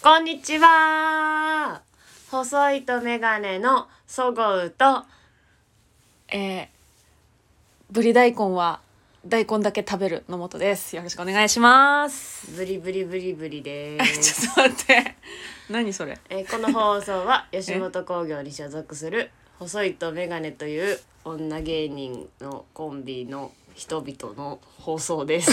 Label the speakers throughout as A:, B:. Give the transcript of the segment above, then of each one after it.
A: こんにちは。細いとメガネのそごうと、
B: ぶり大根は大根だけ食べるのもとです。よろしくお願いします。
A: ブリブリブリブリで
B: ちょっと待って。何それ。
A: この放送は吉本興業に所属する細いとメガネという女芸人のコンビの人々の放送です。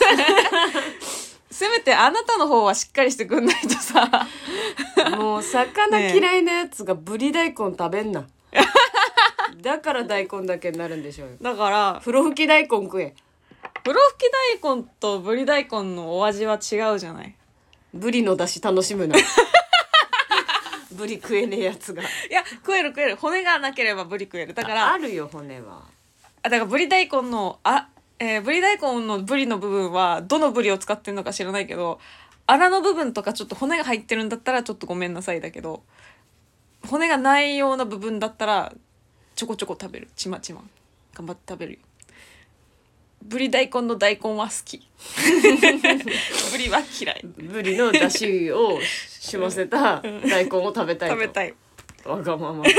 B: せめてあなたの方はしっかりしてくんないとさ。
A: もう魚嫌いなやつがぶり大根食べんな。だから大根だけになるんでしょうよ。
B: だから
A: 風呂吹き大根食え。
B: 風呂吹き大根とぶり大根のお味は違うじゃない。
A: ブリの出汁楽しむな。ブリ食えねえやつが。
B: いや食える骨がなければぶり食える。だから
A: あるよ骨は。
B: だからぶり大根のぶり大根のぶりの部分はどのぶりを使ってるのか知らないけど、アラの部分とかちょっと骨が入ってるんだったらちょっとごめんなさいだけど、骨がないような部分だったらちょこちょこ食べる。ちまちま頑張って食べるよ。ぶり大根の大根は好き。ぶりは嫌い。
A: ブリの出汁をしませた大根を食べたいと。
B: 食べたい。
A: わがままだ。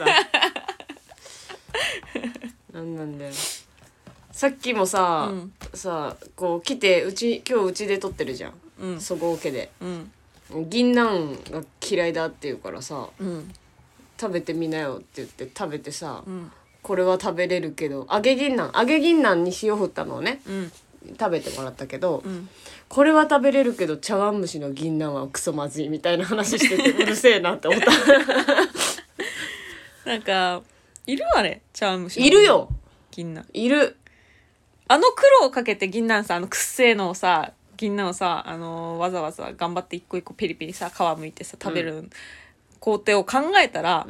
A: なんだよ。さっきもさ、こう来て今日うちで撮ってるじゃん。そごう家で。銀杏が嫌いだって言うからさ、食べてみなよって言って食べてさ、これは食べれるけど揚げ銀杏に塩振ったのをね、食べてもらったけど、これは食べれるけど茶碗蒸しの銀杏はクソまずいみたいな話しててうるせえなって思った。
B: なんかいるあれ茶碗蒸し。
A: いるよ。
B: 銀杏
A: いる。
B: 苦労をかけて銀杏さ、くっせーのをさ、銀杏をさ、わざわざ頑張って一個一個ペリペリさ皮むいてさ食べる工程を考えたら、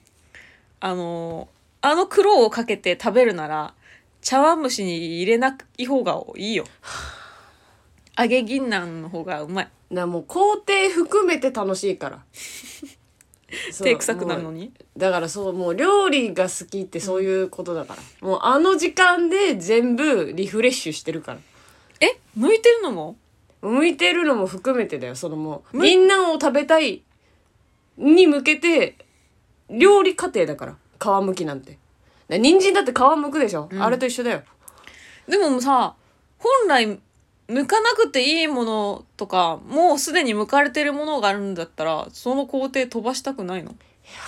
B: 苦労をかけて食べるなら茶碗蒸しに入れない方がいいよ。揚げ銀杏の方がうまい。
A: もう工程含めて楽しいから。
B: 手臭くなるのに。
A: だからもう料理が好きってそういうことだから、もうあの時間で全部リフレッシュしてるから。
B: 向いてるのも
A: 向いてるのも含めてだよ。もう銀杏を食べたいに向けて料理過程だから。皮むきなんて人参だって皮むくでしょ、あれと一緒だよ。
B: でもさ、本来剥かなくていいものとかもうすでに剥かれてるものがあるんだったらその工程飛ばしたくないの？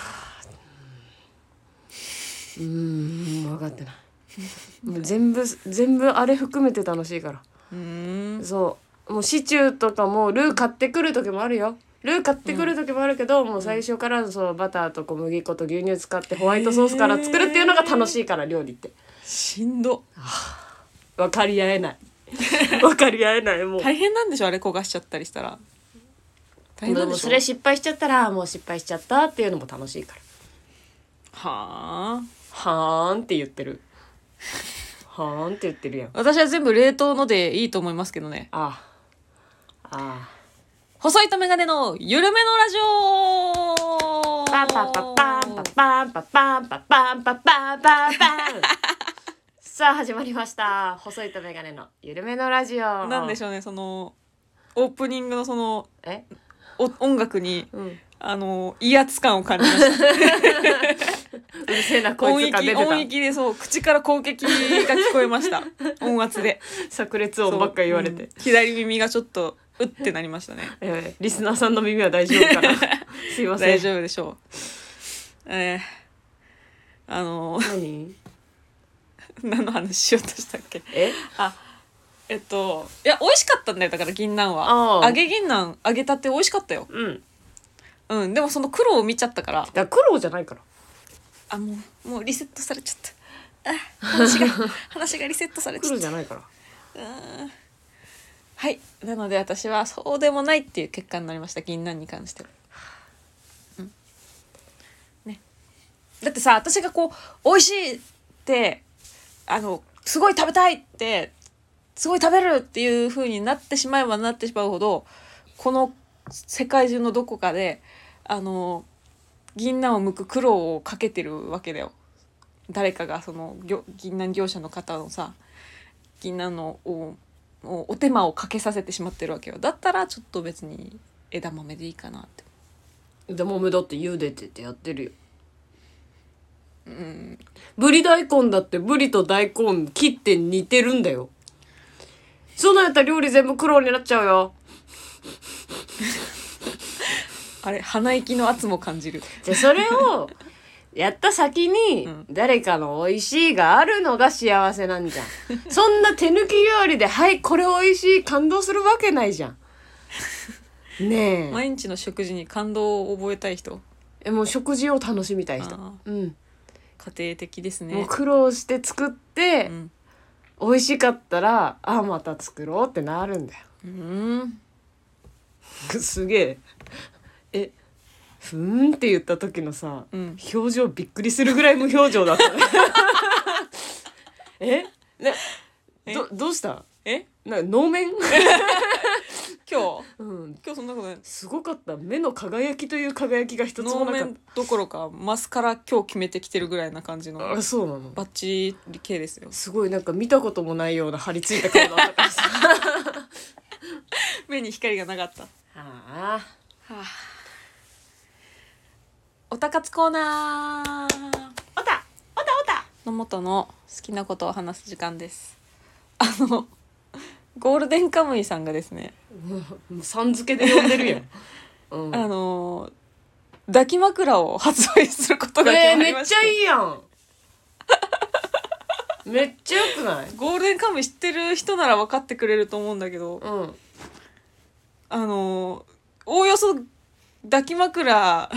A: 分かってない。もう全部あれ含めて楽しいから。そうもうシチューとかもルー買ってくる時もあるよ。ルー買ってくる時もあるけど、もう最初からバターと小麦粉と牛乳使ってホワイトソースから作るっていうのが楽しいから、料理って。
B: しんど。
A: 分かり合えない。分かり合えない。もう
B: 大変なんでしょあれ焦がしちゃったりしたら。
A: 大変なんでしょ。それ失敗しちゃったらもう失敗しちゃったっていうのも楽しいから。
B: は
A: ーんって言ってる。はーんって言ってるやん。
B: 私は全部冷凍のでいいと思いますけどね。細いとメガネの緩めのラジオ。
A: パンパンパンパンパンパンパンパンパンパンパンパンパン。さあ始まりました。細いとメガネの緩めのラジオ。
B: なんでしょうね、オープニングの音楽に、威圧感を感じました。
A: うるせえなこいつが出てた。
B: 音域で口から攻撃が聞こえました。音圧で
A: 炸裂音ばっか言われて、
B: 左耳がちょっとうってなりましたね。
A: リスナーさんの耳は大丈夫かな。すいません。
B: 大丈夫でしょう。何の話しようとしたっけ。いや美味しかったんだよ。だから銀杏は揚げ銀杏揚げたて美味しかったよ。でもその苦労を見ちゃったから。
A: だから苦労じゃないから。
B: もうリセットされちゃった。話がリセットされちゃった。
A: 苦労じゃないから。
B: はい。なので私はそうでもないっていう結果になりました。銀杏に関しては。ね。だってさ、私が美味しいってすごい食べたいってすごい食べるっていう風になってしまえばなってしまうほど、この世界中のどこかで銀杏を剥く苦労をかけてるわけだよ。誰かが銀杏業者の方のさ、銀杏のお手間をかけさせてしまってるわけよ。だったらちょっと別に枝豆でいいかなって。
A: 枝豆だって茹でててやってるよ。ぶり大根だってぶりと大根切って煮てるんだよ。そんなんやったら料理全部苦労になっちゃうよ。
B: あれ鼻息の圧も感じる。
A: じゃあそれをやった先に誰かの美味しいがあるのが幸せなんじゃん。そんな手抜き料理ではいこれ美味しい感動するわけないじゃん。ねえ。
B: 毎日の食事に感動を覚えたい人。
A: もう食事を楽しみたい人。うん。
B: 家庭的ですね。
A: もう苦労して作って、美味しかったらまた作ろうってなるんだよ。すげえ。ふーんって言った時のさ、表情びっくりするぐらい無表情だったね。どうした？能面？
B: 今日そんなことない。
A: すごかった。目の輝きという輝きが一つもなかった。
B: 能面どころかマスカラ今日決めてきてるぐらいな感じの。
A: そうなの。
B: バッチリ系ですよ。
A: すごいなんか見たこともないような張り付いた顔だったからさ。
B: 目に光がなかった。おたかつコーナー。
A: おた
B: の元の好きなことを話す時間です。ゴールデンカムイさんがですね、
A: さん付けで呼んでるやん。
B: 抱き枕を発売することが決まりまして、
A: めっちゃいいやん。めっちゃよくない？
B: ゴールデンカムイ知ってる人なら分かってくれると思うんだけど、おおよそ抱き枕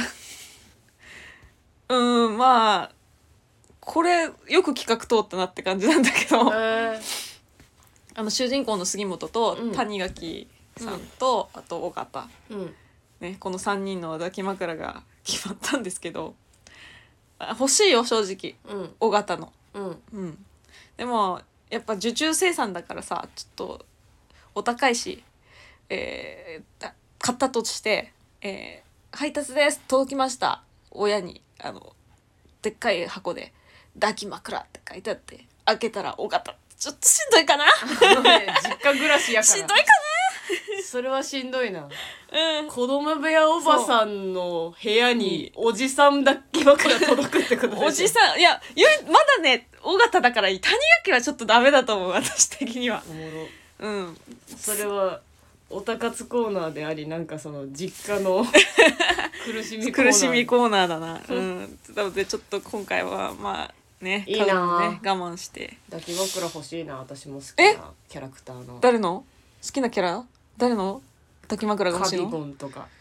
B: まあこれよく企画通ったなって感じなんだけど、主人公の杉本と谷垣さんと、あと尾形、ね、この3人の抱き枕が決まったんですけど、欲しいよ正直、尾形の、でもやっぱ受注生産だからさちょっとお高いし、買ったとして、配達です届きました、親にでっかい箱で抱き枕って書いてあって、開けたら尾形ちょっとしんどいかな。
A: 実家暮らしやから
B: しんどいか
A: それはしんどいな。子供部屋おばさんの部屋におじさん抱き枕届くってことでしょ。
B: おじさん、いやまだね尾形だから谷垣はちょっとダメだと思う、私的には。
A: おもろ。それはおたかつコーナーであり、なんかその実家の苦しみ
B: コーナーだな。なのでちょっと今回はまあね、
A: いいな、
B: 我慢して
A: 抱き枕欲しいな。私も好きなキャラクターの。
B: 誰の好きなキャラ？誰の抱き枕が欲しいの？
A: カビゴンとか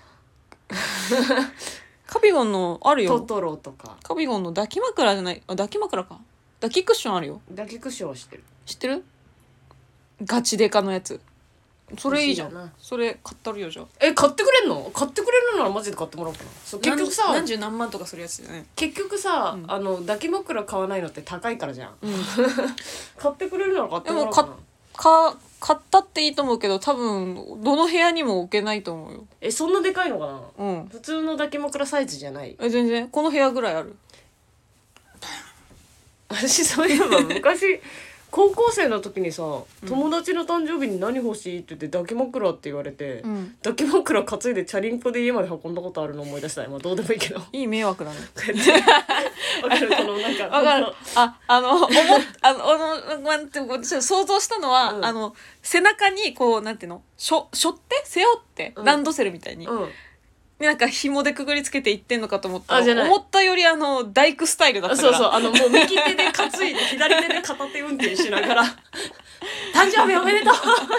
B: カビゴンのあるよ。
A: トトロとか。
B: カビゴンの抱き枕じゃない、抱き枕か。抱きクッションあるよ。
A: 抱きクッションは知ってる。
B: 知ってる？ガチデカのやつ。それいいじゃん。それ買ったるよじゃあ。
A: 買ってくれんの？買ってくれるならマジで買ってもらおうかな。結局さ、
B: 何十何万とかするやつだよね。
A: 結局さ、抱き枕買わないのって高いからじゃん。買ってくれるなら買ってもらおうかな。でも
B: 買ったっていいと思うけど、多分どの部屋にも置けないと思うよ。
A: そんなでかいのかな？普通の抱き枕サイズじゃない？
B: 全然この部屋ぐらいある。
A: 私そういえば昔高校生の時にさ、友達の誕生日に何欲しいって言って抱き枕って言われて、抱き枕担いでチャリンコで家まで運んだことあるの思い出した。今どうでもいいけど。
B: いい迷惑だね。
A: わかる、このなんか。
B: わかる。なんて私想像したのは、背中にこうなんていうの、背負ってランドセルみたいに。なんか紐でくぐりつけていってんのかと思ったら、思ったより大工スタイルだったから。
A: もう右手で担いで左手で片手運転しながら誕生日おめでとう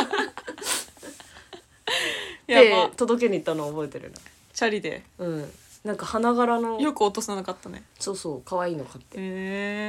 A: で届けに行ったの覚えてるな。
B: チャリで。
A: なんか花柄の
B: よく落とさなかったね。
A: そう可愛いの買って。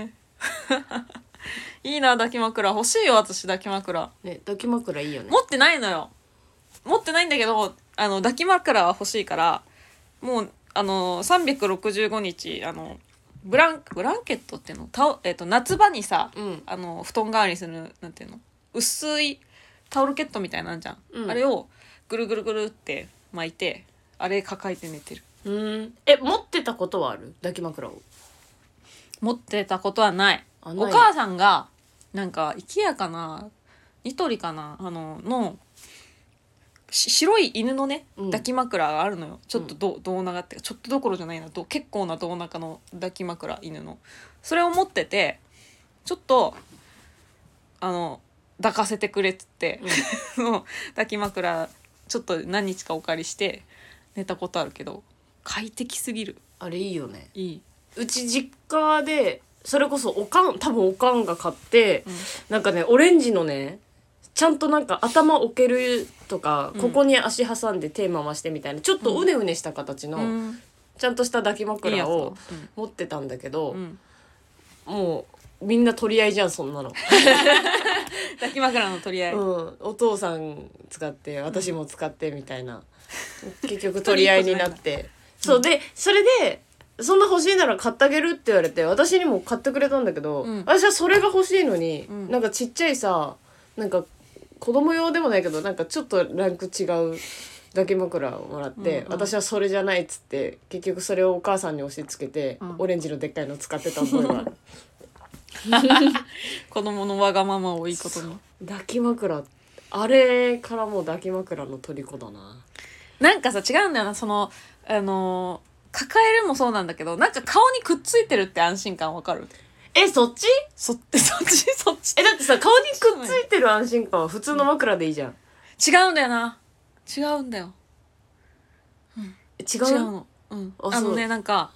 B: いいな、抱き枕欲しいよ。私抱き枕
A: ね、抱き枕いいよね。
B: 持ってないのよ。持ってないんだけど、抱き枕は欲しいから、もう365日ブランケットっていうの、夏場にさ、布団代わりにするなんていうの、薄いタオルケットみたいなんじゃん、あれをぐるぐるぐるって巻いて、あれ抱えて寝てる。
A: 持ってたことはある？抱き枕を
B: 持ってたことはない。お母さんがなんかIKEAかなニトリかなの白い犬のね
A: うん
B: 抱き枕があるのよ。ちょっと胴長っていうか、ちょっとどころじゃないな、結構な胴長の抱き枕、犬の。それを持ってて、ちょっと抱かせてくれっつって、その抱き枕ちょっと何日かお借りして寝たことあるけど、快適すぎる。
A: あれいいよね。
B: いい。
A: うち実家でそれこそ多分おかんが買って、なんかねオレンジのねちゃんとなんか頭置けるとか、ここに足挟んで手回してみたいなちょっとうねうねした形の、ちゃんとした抱き枕を持ってたんだけど、もうみんな取り合いじゃんそんなの。
B: 抱き枕の取り合い、
A: お父さん使って私も使ってみたいな、結局取り合いになってそうで、それでそんな欲しいなら買ってあげるって言われて私にも買ってくれたんだけど、私はそれが欲しいのに、なんかちっちゃいさ、なんか子供用でもないけどなんかちょっとランク違う抱き枕をもらって、私はそれじゃないっつって結局それをお母さんに押し付けて、オレンジのでっかいの使ってた覚えがある。
B: 子供のわがままをいいことに。
A: 抱き枕、あれからもう抱き枕の虜だな。
B: なんかさ違うんだよな、抱えるもそうなんだけど、なんか顔にくっついてるって安心感わかる？
A: そっち
B: そっち
A: だってさ顔にくっついてる安心感は普通の枕でいいじゃん。
B: 違うんだよな。違うんだよ。
A: 違う
B: の。なんか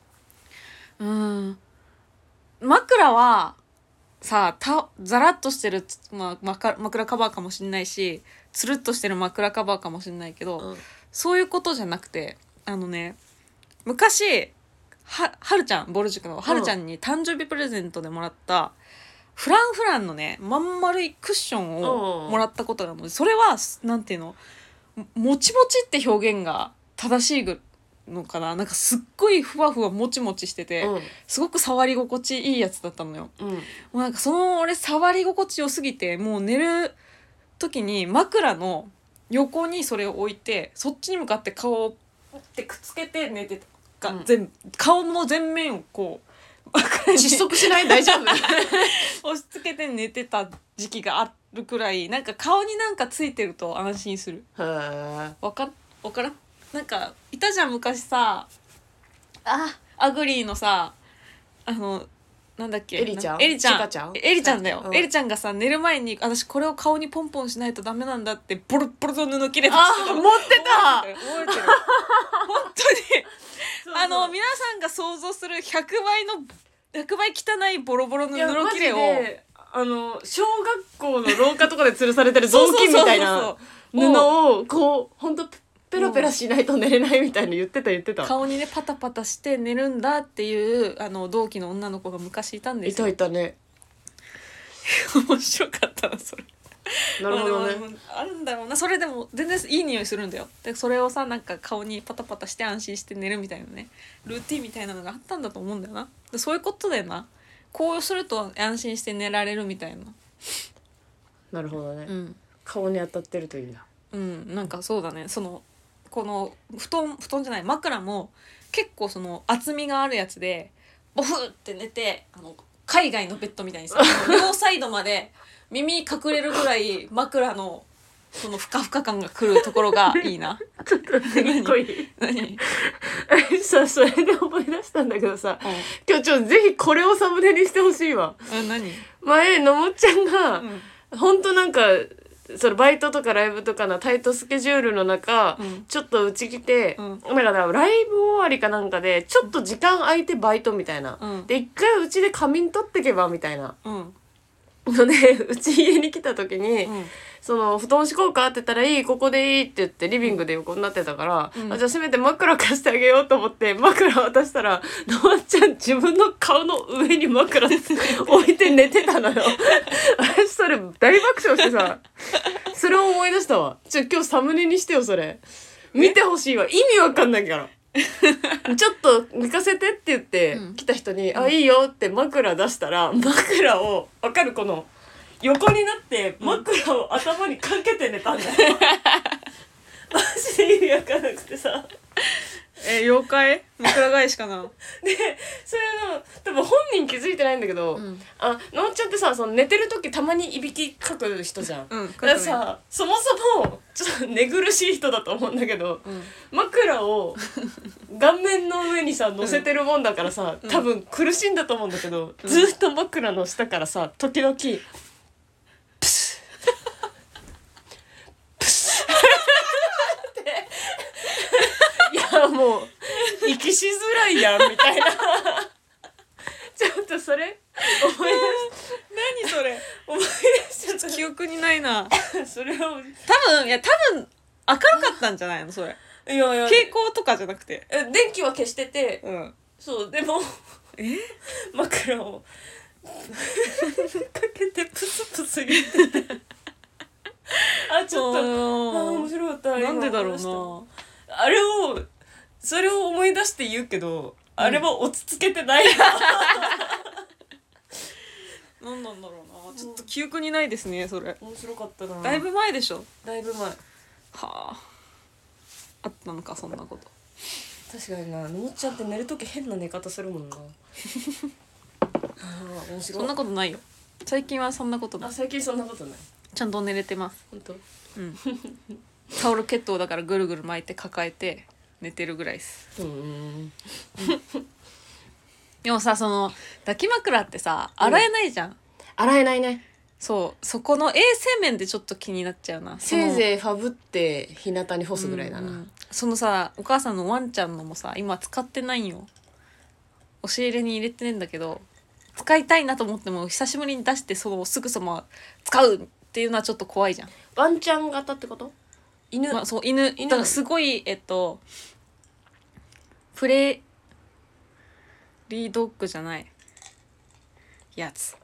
B: 枕はさザラッとしてる、枕カバーかもしんないし、つるっとしてる枕カバーかもしんないけど、そういうことじゃなくて、昔はるちゃん、ぼる塾のはるちゃんに誕生日プレゼントでもらったフランフランのねまん丸いクッションをもらったことがあるので、それはなんていうの、もちもちって表現が正しいのかな、なんかすっごいふわふわもちもちしてて、すごく触り心地いいやつだったのよ。もうなんか俺触り心地良すぎて、もう寝る時に枕の横にそれを置いて、そっちに向かって顔をってくっつけて寝てた。顔の前面をこう
A: 窒息しない？大丈夫？
B: 押し付けて寝てた時期があるくらい、なんか顔になんかついてると安心する。わからん？なんかいたじゃん昔さ、アグリーのさ、なんだっけ、
A: エリちゃん
B: エリちゃん
A: ちゃん
B: エリちゃんだよ、エリちゃんがさ寝る前に私これを顔にポンポンしないとダメなんだってボロボロの布切れて
A: 持ってた。
B: 覚えてる本当に皆さんが想像する100倍汚いボロボロの布切れを、
A: 小学校の廊下とかで吊るされてる雑巾みたいな布をこうほんとペラペラしないと寝れないみたいに言ってた。
B: 顔にねパタパタして寝るんだっていう同期の女の子が昔いたんですよ。
A: いたね。
B: 面白かったなそれ。
A: なるほどね。
B: あるんだろうな。それでも全然いい匂いするんだよ。でそれをさなんか顔にパタパタして安心して寝るみたいなね、ルーティンみたいなのがあったんだと思うんだよな。でそういうことだよな。こうすると安心して寝られるみたいな。
A: なるほどね。顔に当たってるといいんだ。
B: なんかそうだね。この布団じゃない枕も結構厚みがあるやつで、ボフって寝て海外のベッドみたいにさ両サイドまで耳隠れるぐらい枕のそのふかふか感がくるところがいいな。
A: ちょっと一個いい？何？さそれで思い出したんだけどさ、今日ぜひこれをサムネにしてほしいわ。
B: 何？
A: 前のもちゃんが、ほんとなんかそれバイトとかライブとかのタイトスケジュールの中、ちょっとうち来て、だからライブ終わりかなんかでちょっと時間空いてバイトみたいな、で一回うちで仮眠取ってけばみたいな、のでうち家に来た時に、その布団敷こうかって言ったらいいここでいいって言ってリビングで横になってたから、じゃあせめて枕貸してあげようと思って枕渡したらのまちゃん自分の顔の上に枕置いて寝てたのよ。私それ大爆笑してさ、それを思い出したわ。今日サムネにしてよそれ。見てほしいわ。意味わかんないから。ちょっと寝かせてって言って来た人に、いいよって枕出したら、枕をわかるこの横になって枕を頭にかけて寝たんだよ。マジで意味わかんなくてさ、
B: 妖怪枕返しかな。
A: でそれの多分本人気づいてないんだけど、のんちゃんってさその寝てる時たまにいびきかく人じゃん、だからさそもそもちょっと寝苦しい人だと思うんだけど、枕を顔面の上にさ乗せてるもんだからさ、多分苦しいんだと思うんだけど、ずっと枕の下からさ時々プスプスっていやもう息しづらいやんみたいなちょっとそれ思い
B: 何それ
A: 思い出しちゃっ
B: 記憶にないな。
A: たそれを
B: 多分明るかったんじゃないのそれ。
A: いやいや
B: 蛍光とかじゃなくて。
A: 電気は消してて、そうでも枕をかけてプスプス言っててあちょっと面白かった。
B: なんでだろうな。
A: それを思い出して言うけど、あれは落ち着けてない
B: なんなんだろうな。ちょっと記憶にないですねそれ。
A: 面白かったな。
B: だいぶ前でしょ。
A: だいぶ前。
B: はあ。あったのかそんなこと。
A: 確かにな、のもちゃんって寝るとき変な寝方するもんな面白い。
B: そんなことないよ。最近はそんなことない。
A: 最近そんなことない。
B: ちゃんと寝れてます。
A: 本当？
B: タオルケットをだからぐるぐる巻いて抱えて寝てるぐらいです。でもさその抱き枕ってさ洗えないじゃん。
A: 洗えないね。
B: そこの衛生面でちょっと気になっちゃうな。
A: せいぜいファブって日向に干すぐらいだな。
B: そのさお母さんのワンちゃんのもさ今使ってないよ。押し入れに入れてねんだけど使いたいなと思っても久しぶりに出してすぐさま使うっていうのはちょっと怖いじゃん。
A: ワンちゃん型ってこと？犬、
B: そう犬だからすごいプレリードッグじゃないやつ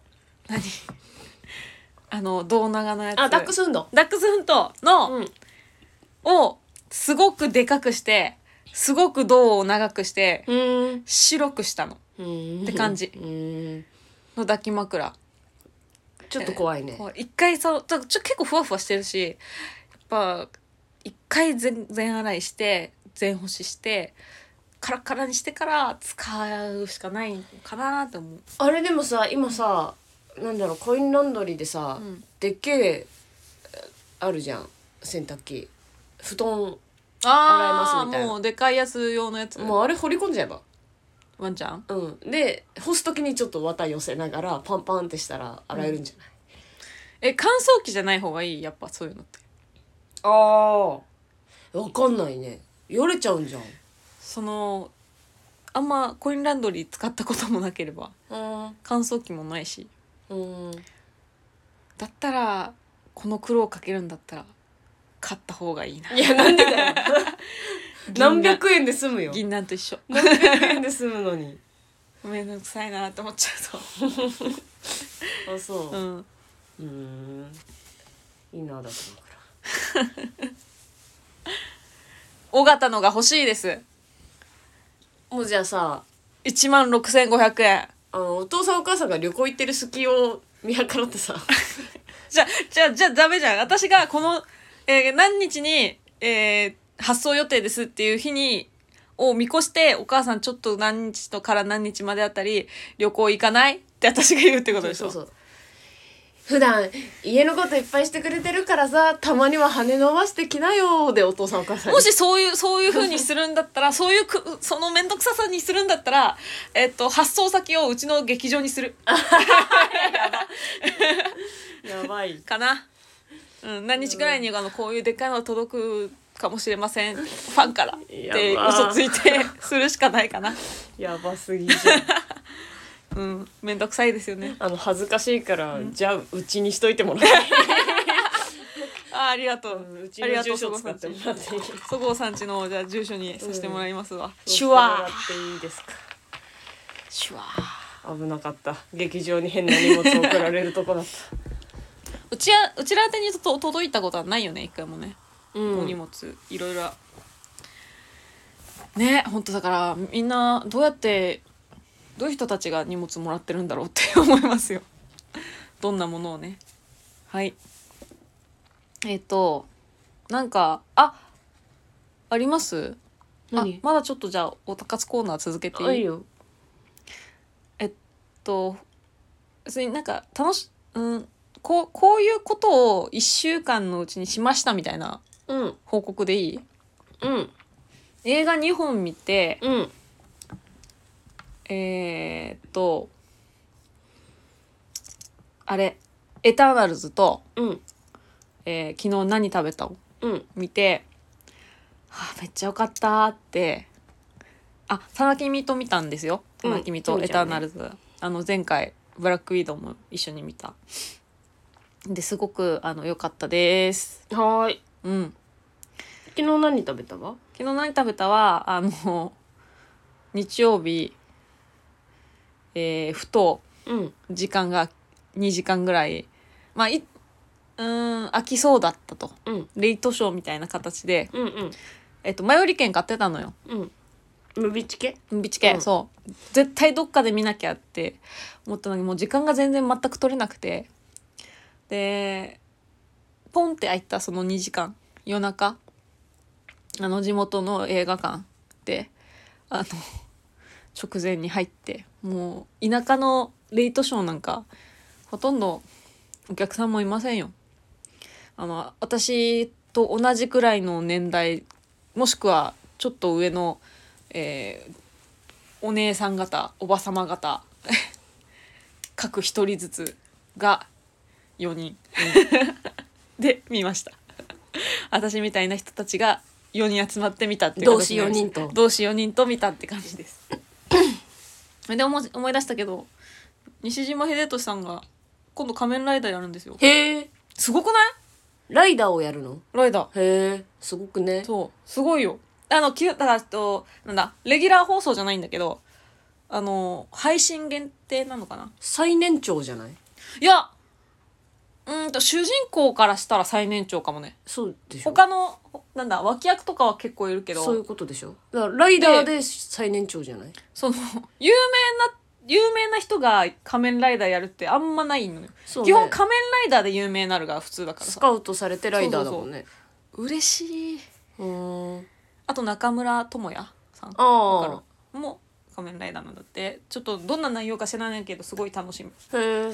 B: 胴長のやつ。
A: ダックスフンド
B: の、をすごくでかくしてすごく胴を長くして白くしたのって感じの抱き枕。
A: ちょっと怖いね。
B: 一回結構ふわふわしてるし、やっぱ一回全洗いして全干ししてカラカラにしてから使うしかないのかなって思う。
A: あれでもさ今さなんだろうコインランドリーでさ、でっけえあるじゃん洗濯機布団洗いますみたいな。
B: もうでかいやつ用のやつ。
A: もうあれ掘り込んじゃえば
B: ワンちゃん。
A: で干す時にちょっと綿寄せながらパンパンってしたら洗えるんじゃない？
B: 乾燥機じゃない方がいいやっぱそういうのって。
A: わかんないね。よれちゃうんじゃん。
B: あんまコインランドリー使ったこともなければ乾燥機もないし、だったらこの苦労かけるんだったら買った方がいいな。
A: いやなんでだよ何百円で済むよ。
B: 銀杏と一緒。
A: 何百円で済むのに
B: めんどくさいなって思っちゃうと
A: あそういいなだと思うから
B: 尾形のが欲しいです。
A: もうじゃあさ
B: 16,500円。
A: お父さんお母さんが旅行行ってる隙を見計らってさ
B: じゃあダメじゃん。私がこの、何日に、発送予定ですっていう日を見越してお母さんちょっと何日とから何日まであたり旅行行かないって私が言うってことでしょ。
A: そう普段家のこといっぱいしてくれてるからさたまには羽伸ばしてきなよでお父さんお母さん
B: もしそういう風にするんだったらその面倒くささにするんだったら発送先をうちの劇場にする
A: やばい
B: かな。何日ぐらいにこういうでっかいのが届くかもしれませんファンからって嘘ついてするしかないかな。
A: やばすぎじ
B: ゃんめんどくさいですよね。
A: 恥ずかしいから、じゃあうちにしといてもらって
B: ありがとう、
A: うちの住所使ってもらっていい？
B: そごうさんちのじゃあ住所にさせてもらいますわ。
A: シュワーっていいですか？
B: シュワ
A: ー危なかった。劇場に変な荷物送られるとこだった
B: うちら宛てに届いたことはないよね一回もね。お荷物いろいろね。本当だからみんなどういう人たちが荷物もらってるんだろうって思いますよどんなものをね。はいなんかあります
A: 何？
B: まだちょっとじゃあおたかつコーナー続けていい？
A: いいよ。
B: 別になんかこういうことを1週間のうちにしましたみたいな報告でいい？映画2本見て、あれエターナルズと、昨日何食べたを見て、めっちゃよかったってさなきみと見たんですよ。さなきみとエターナルズ、前回ブラックウィドウも一緒に見たですごく良かったです。
A: はい。昨日何食べたわ？
B: 昨日何食べたは日曜日ふと時間が2時間ぐらい飽きそうだったと、レイトショーみたいな形で、前売り券買ってたのよ。
A: ムビチケ、
B: そう絶対どっかで見なきゃって思ったのにもう時間が全然全く取れなくて、でポンって開いたその2時間夜中地元の映画館で直前に入って、もう田舎のレイトショーなんかほとんどお客さんもいませんよ。私と同じくらいの年代もしくはちょっと上のお姉さん方おばさま方各一人ずつが4人で見ました。私みたいな人たちが4人集まってみたっていう
A: 同志4人と
B: 同志4人と見たって感じですで思い出したけど、西島秀俊さんが今度仮面ライダーやるんですよ。
A: へえ、
B: すごくない？
A: ライダーをやるの？
B: ライダー。
A: へえ、すごくね。
B: そうすごいよ。だからレギュラー放送じゃないんだけど配信限定なのかな。
A: 最年長じゃない？
B: いや主人公からしたら最年長かもね。
A: そうでしょ。
B: 他の脇役とかは結構いるけど、
A: そういうことでしょ。だからライダーで最年長じゃない？
B: その有名な人が仮面ライダーやるってあんまないのよ、ね、基本仮面ライダーで有名になるが普通だからさ。
A: スカウトされてライダーだもんね。
B: そう嬉しい。あと中村倫也さんも仮面ライダーなんだって。ちょっとどんな内容か知らないけどすごい楽しみ。
A: へえ。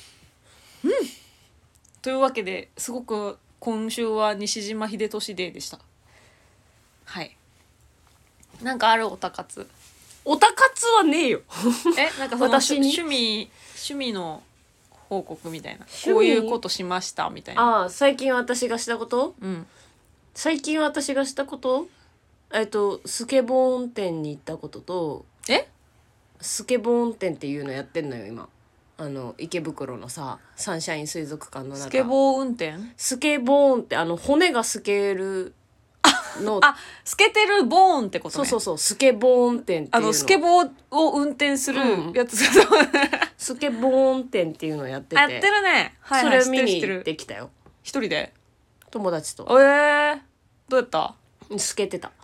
B: というわけですごく今週は西島秀俊デーでした。はい。なんかあるおたかつ？
A: おたかつはねえよ
B: なんかその趣味の報告みたいな、こういうことしましたみたいな。
A: 最近私がしたこと？最近私がしたこと？スケボー運転に行ったことと、スケボー運転っていうのやってんのよ今。池袋のさサンシャイン水族館の中。
B: スケボー運転？
A: スケボーンって骨が透けるの
B: 透けてるボーンってことね。
A: そうスケボー運転っていうの。
B: スケボーを運転するやつ、
A: スケボー運転っていうのをやってて。
B: やってるね。
A: それを見に行ってきたよ。
B: 一人で？
A: 友達と。
B: どうやった？
A: 透けてた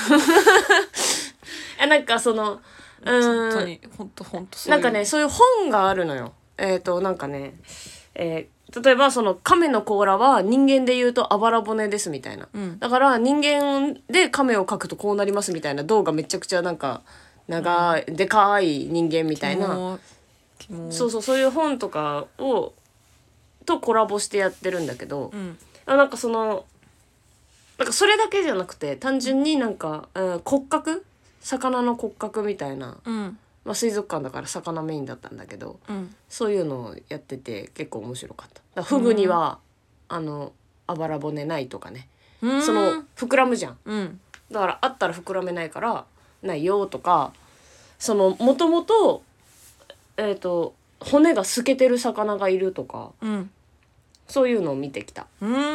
A: なんかその
B: 本当に本当
A: なんかね、そういう本があるのよ。なんかね、例えばその亀の甲羅は人間で言うとあばら骨ですみたいな、だから人間で亀を描くとこうなりますみたいな動画めちゃくちゃなんか長い、でかい人間みたいな、そういう本とかとコラボしてやってるんだけど、なんかなんかそれだけじゃなくて単純になんか、骨格、魚の骨格みたいな、水族館だから魚メインだったんだけど、そういうのをやってて結構面白かった。だからフグには、あばら骨ないとかね、膨らむじゃん、だからあったら膨らめないからないよとか、もともと骨が透けてる魚がいるとか、そういうのを見てきた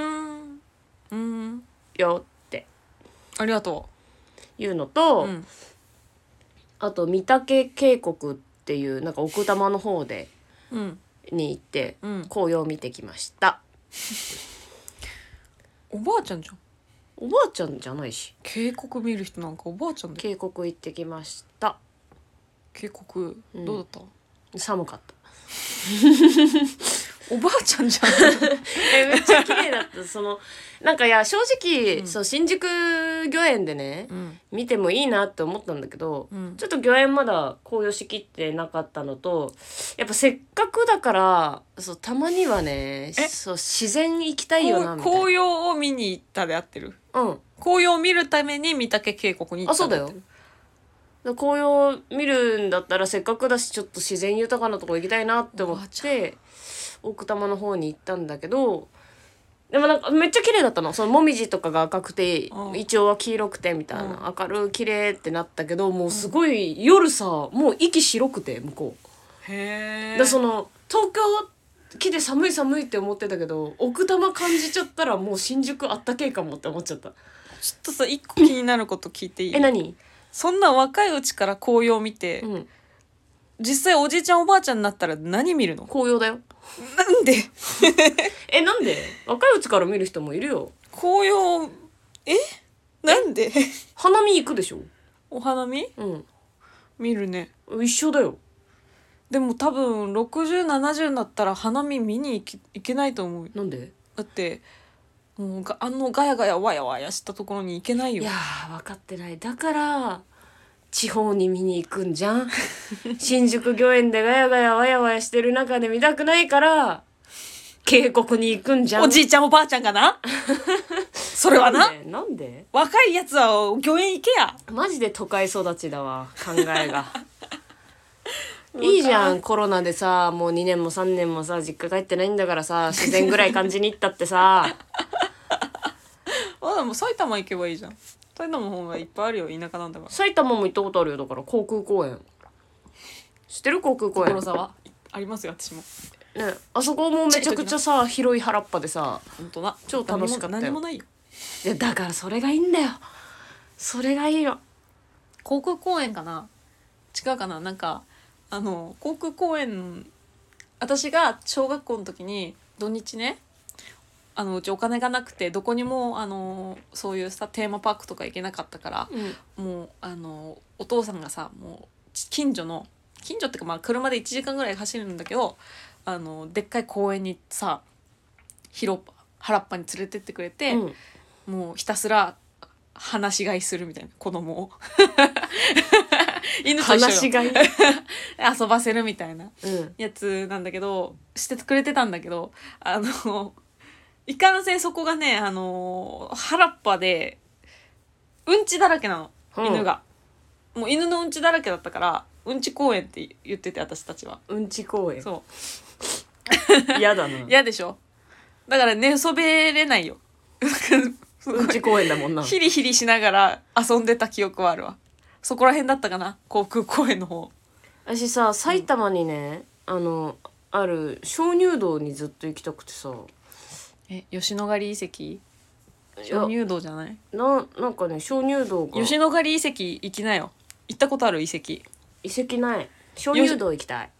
A: よって
B: ありがと
A: ういうのと、あと御嶽渓谷っていうなんか奥多摩の方で、に行って、紅葉を見てきました。
B: おばあちゃんじゃん。
A: おばあちゃんじゃないし。
B: 渓谷見る人なんかおばあちゃんだよ。
A: 渓谷行ってきました。
B: 渓谷どうだった？
A: 寒かった。
B: おばあちゃんじゃん
A: めっちゃ綺麗だったなんかいや正直、そう新宿御苑でね、見てもいいなって思ったんだけど、ちょっと御苑まだ紅葉しきってなかったのと、やっぱせっかくだからたまにはね自然行きたいよなみたいな。
B: 紅葉を見に行ったで合ってる？紅葉を見るために御嶽渓谷に行ったで合ってる？
A: 紅葉見るんだったらせっかくだしちょっと自然豊かなとこ行きたいなって思って奥多摩の方に行ったんだけど、でもなんかめっちゃ綺麗だったの。もみじとかが赤くてイチョウは黄色くてみたいな、明るい綺麗ってなったけど、もうすごい夜さもう息白くて向こう。
B: へえ。
A: 東京来て寒い寒いって思ってたけど奥多摩感じちゃったらもう新宿あったけえかもって思っちゃった。
B: ちょっとさ一個気になること聞いていい？
A: 何？
B: そんな若いうちから紅葉見て、実際おじいちゃんおばあちゃんになったら何見るの？
A: 紅葉だよ。
B: なんで
A: なんで？若いうちから見る人もいるよ。
B: 紅葉なんで
A: 花見行くでしょ？
B: お花見？見るね。
A: 一緒だよ。
B: でも多分60、70になったら花見見に行けないと思う。
A: なんで？
B: だってもうガヤガヤワヤワヤしたところに行けないよ。
A: いや分かってない。だから地方に見に行くんじゃん新宿御苑でガヤガヤワヤワヤしてる中で見たくないから渓谷に行くんじゃん。
B: おじいちゃんおばあちゃんかなそれは
A: なんで
B: 若いやつは御苑行けや。
A: マジで都会育ちだわ考えがいいじゃん。コロナでさもう2年も3年もさ実家帰ってないんだからさ自然ぐらい感じに行ったってさ
B: でも埼玉行けばいいじゃん。埼玉の方がいっぱいあるよ、田舎なんだから。
A: 埼玉も行ったことあるよ。だから航空公園知ってる？航空公園
B: 所沢ありますよ私も
A: ね。あそこもめちゃくちゃさ広い原っぱでさ
B: 本当だ
A: 超楽しかったよ。
B: 何もないよ。
A: いやだからそれがいいんだよ。それがいいの。
B: 航空公園かな？違うかな？なんか航空公園、私が小学校の時に土日ねうちお金がなくてどこにもそういうさテーマパークとか行けなかったから、もうお父さんがさもう近所っていうかまあ車で1時間ぐらい走るんだけどでっかい公園にさ原っぱに連れてってくれて、もうひたすら放し飼いするみたいな子供を犬と一緒よ遊ばせるみたいなやつなんだけど、してくれてたんだけどいかんせんそこがね原っぱでうんちだらけなの、犬がもう犬のうんちだらけだったからうんち公園って言ってて私たちは。
A: うんち公園
B: そう
A: 嫌だな。
B: 嫌でしょ。だから寝そべれないよ
A: うんち公園だもんな。
B: ヒリヒリしながら遊んでた記憶はあるわ。そこら辺だったかな、航空公園の方。
A: 私さ埼玉にね、ある鍾乳洞にずっと行きたくてさ。
B: 吉野ヶ里遺跡？鍾乳洞じゃない？
A: なんかね鍾乳洞が。
B: 吉野ヶ里遺跡行きなよ。行ったことある？遺跡
A: ない。鍾乳洞行きたい。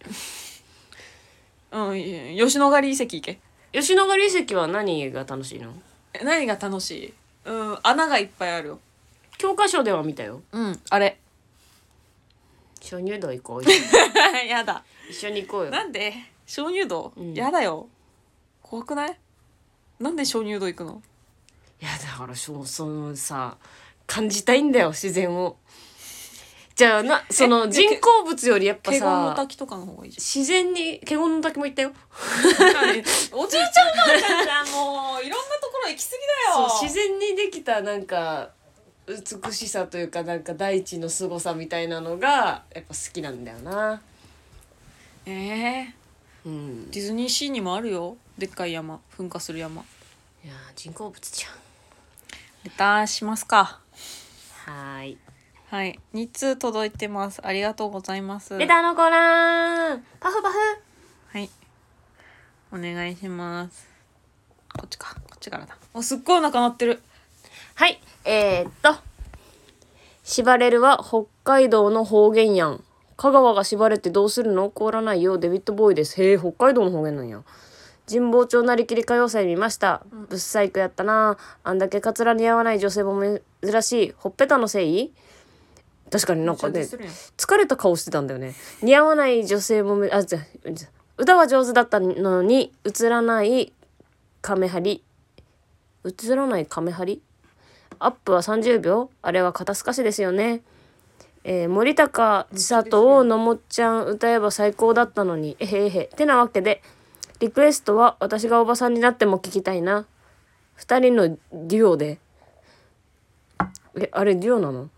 B: 吉野ヶ里遺跡行け。
A: 吉野ヶ里遺跡は何が楽しいの？
B: 何が楽しい？穴がいっぱいあるよ。
A: 教科書では見たよ。
B: あれ
A: 鍾乳洞行こう
B: やだ
A: 一緒に行こうよ。
B: なんで鍾乳洞、やだよ。怖くない？なんで鍾乳洞行くの？
A: いやだからそのさ感じたいんだよ自然を。じゃあ人工物よりやっぱさ
B: 華厳の滝とかの方がいいじ
A: ゃん。自然に華厳の滝も行ったよ
B: おじいちゃんおばあちゃんじゃん。もういろんなところ行き過ぎだよ。
A: そう自然にできたなんか美しさというかなんか大地の凄さみたいなのがやっぱ好きなんだよな。
B: ディズニーシーにもあるよ、でっかい山、噴火する山。
A: いや人工物じゃん。
B: レターしますか。
A: はい、
B: 2通届いてます。ありがとうございます。
A: レターのコーナーパフパフ。
B: お願いします。こっちからだ。すっごいお腹鳴ってる。
A: 縛れるは北海道の方言やん。香川が縛れてどうするの？凍らないよ。デビッドボーイです。へえ、北海道の方言なんや。神保町なりきり歌謡祭見ました。ぶっさいくやったな。あんだけカツラ似合わない女性も珍しい。ほっぺたのせい？確かになんかね疲れた顔してたんだよね。似合わない女性も歌は上手だったのに映らないカメハリアップは30秒、あれは肩透かしですよね。森高千里をのもっちゃん歌えば最高だったのにえへへ。てなわけでリクエストは私がおばさんになっても聞きたいな。2人のデュオで。あれデュオなの？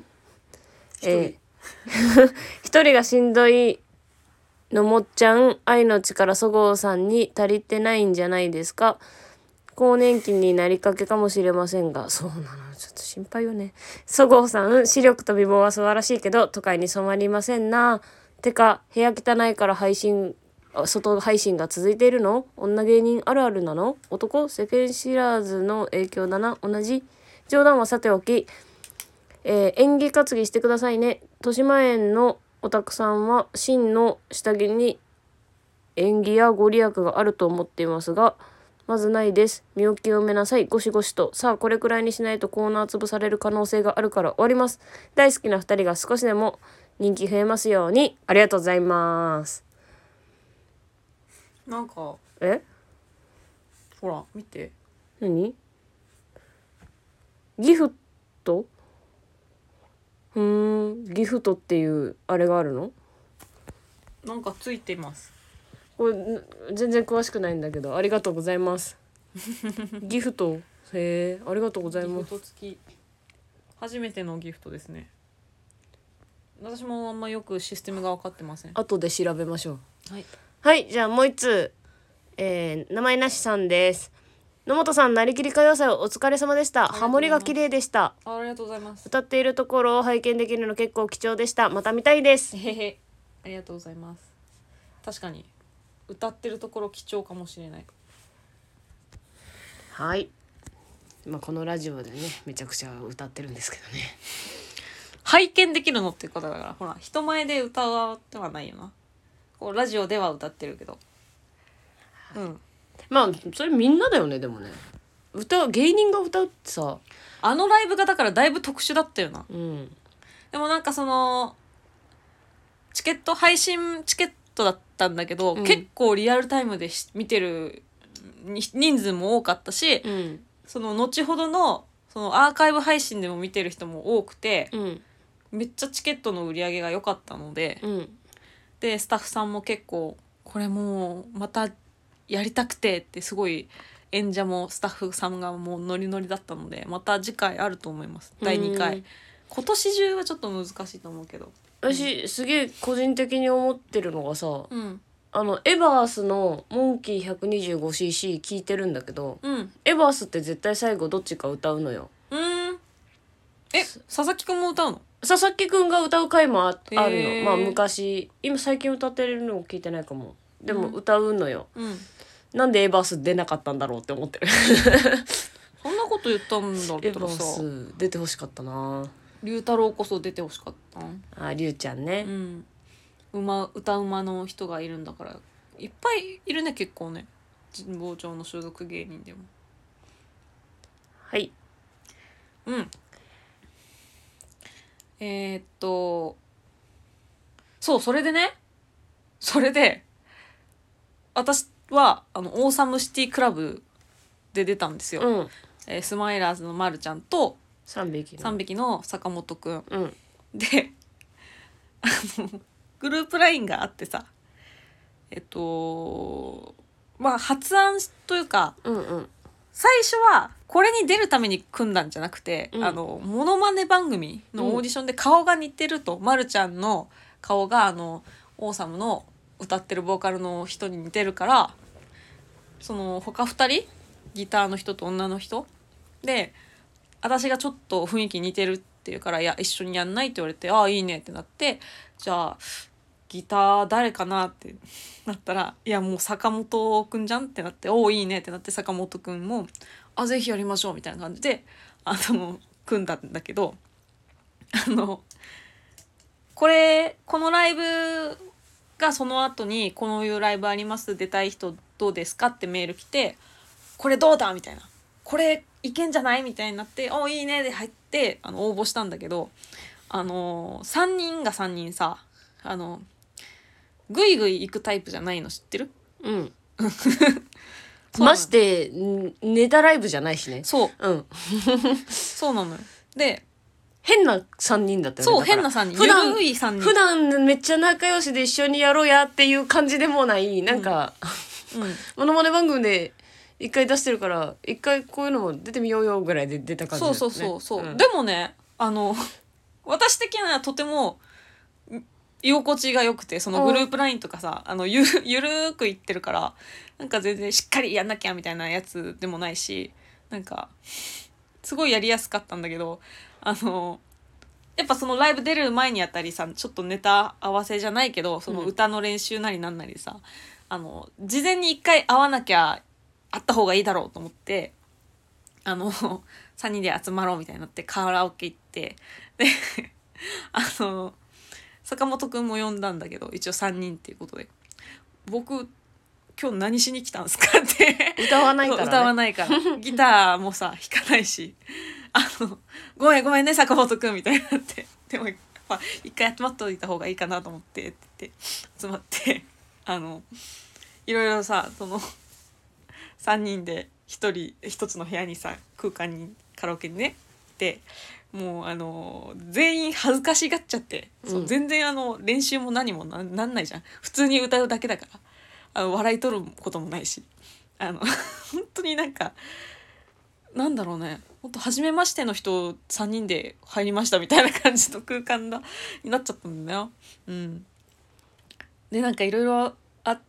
A: 一人がしんどいのもっちゃん、愛の力そごうさんに足りてないんじゃないですか。更年期になりかけかもしれませんが、そうなの、ちょっと心配よね。そごうさん、視力と美貌は素晴らしいけど都会に染まりませんな。てか部屋汚いから外配信が続いているの？女芸人あるあるなの？男？世間知らずの影響だな。同じ？冗談はさておき、演技担ぎしてくださいね。豊島園のおたくさんは真の下着に縁起やご利益があると思っていますが、まずないです。身を清めなさい。ゴシゴシと。さあこれくらいにしないとコーナー潰される可能性があるから終わります。大好きな2人が少しでも人気増えますように。ありがとうございます。
B: なんかほら見て。
A: 何？ギフト？ギフトっていうあれがあるの？
B: なんかついてます。
A: これ全然詳しくないんだけど、ありがとうございます。ギフト、へえ、ありがとうございます。
B: ギフト付き、初めてのギフトですね。私もあんまよくシステムが分かってません。
A: 後で調べましょう。
B: はい、
A: はい、じゃあもう一通、名前なしさんです。野本さん、なりきり歌謡祭お疲れ様でした。ハモリが綺麗でした。
B: ありがとうございます。
A: 歌っているところを拝見できるの結構貴重でした。また見たいです。
B: へへ、ありがとうございます。確かに歌ってるところ貴重かもしれない。
A: はい、このラジオでねめちゃくちゃ歌ってるんですけどね。
B: 拝見できるのっていうことだから、ほら人前で歌ってはないよな。こうラジオでは歌ってるけど、
A: それみんなだよね。でもね、芸人が歌うってさ、
B: あのライブがだからだいぶ特殊だったよな。でもなんかその配信チケットだったんだけど、結構リアルタイムで見てる人数も多かったし、その後ほどのそのアーカイブ配信でも見てる人も多くて、めっちゃチケットの売り上げが良かったので、でスタッフさんも結構これもうまたやりたくてってすごい演者もスタッフさんがもうノリノリだったので、また次回あると思います。第2回。今年中はちょっと難しいと思うけど、
A: 私すげえ個人的に思ってるのがさ、エバースのモンキー 125cc 聞いてるんだけど、エバースって絶対最後どっちか歌うのよ。
B: 佐々木くんも歌うの？
A: 佐々木くんが歌う回もあるの。昔、今最近歌ってるのを聞いてないかも。でも歌うのよ。なんでエバース出なかったんだろうって思ってる。
B: そんなこと言ったんだったらさ、
A: エバース出てほしかったな。
B: 龍太郎こそ出てほしかった。
A: 龍ちゃんね。
B: 歌うまの人がいるんだから、いっぱいいるね結構ね、神保町の所属芸人でも。
A: はい。
B: そう、それで私はオーサムシティクラブで出たんですよ。スマイラーズのまるちゃんと
A: 3匹
B: の坂本くん、
A: うん、
B: でグループ LINE があってさ、発案というか、最初はこれに出るために組んだんじゃなくて、モノマネ番組のオーディションで顔が似てると、まるちゃんの顔がオーサムの歌ってるボーカルの人に似てるから、その他2人ギターの人と女の人で、私がちょっと雰囲気似てるっていうから、いや一緒にやんないって言われて、ああいいねってなって、じゃあギター誰かなってなったら、いやもう坂本くんじゃんってなって、おおいいねってなって、坂本くんもぜひやりましょうみたいな感じで組んだんだけど、このライブがその後に、このいうライブあります、出たい人どうですかってメール来て、これどうだみたいな、これいけんじゃないみたいになって、いいねで入って応募したんだけど、3人さ、 グイグイ行くタイプじゃないの知ってる？
A: うんましてネタライブじゃないしね。
B: そう
A: うん
B: そうなのよ。で
A: 変な3人だったよね。
B: そう変な3人、
A: 普段
B: ゆるい3人、
A: 普段めっちゃ仲良しで一緒にやろうやっていう感じでもないなんか、モノマネ番組で一回出してるから一回こういうのも出てみようよぐらいで出た感じだよね。
B: そう、でもね私的にはとても居心地が良くて、そのグループラインとかさゆるーくいってるから、なんか全然しっかりやんなきゃみたいなやつでもないし、なんかすごいやりやすかったんだけど、やっぱそのライブ出る前にあたりさ、ちょっとネタ合わせじゃないけど、その歌の練習なりなんなりさ、事前に一回会わなきゃ会った方がいいだろうと思って、3人で集まろうみたいになってカラオケ行って、で坂本くんも呼んだんだけど、一応3人っていうことで、僕今日何しに来たんですかって
A: 歌わないから、ね、
B: 歌わないからギターもさ弾かないしごめんね坂本くんみたいになって、でも一回集まっておいた方がいいかなと思ってって言って集まっていろいろさ、その3人で一つの部屋にさ、空間にカラオケにねで、もう全員恥ずかしがっちゃって、そう全然練習も何もなんないじゃん。普通に歌うだけだから笑い取ることもないし、本当になんかなんだろうね、本当初めましての人3人で入りましたみたいな感じの空間になっちゃったんだよ。でなんかいろいろあって、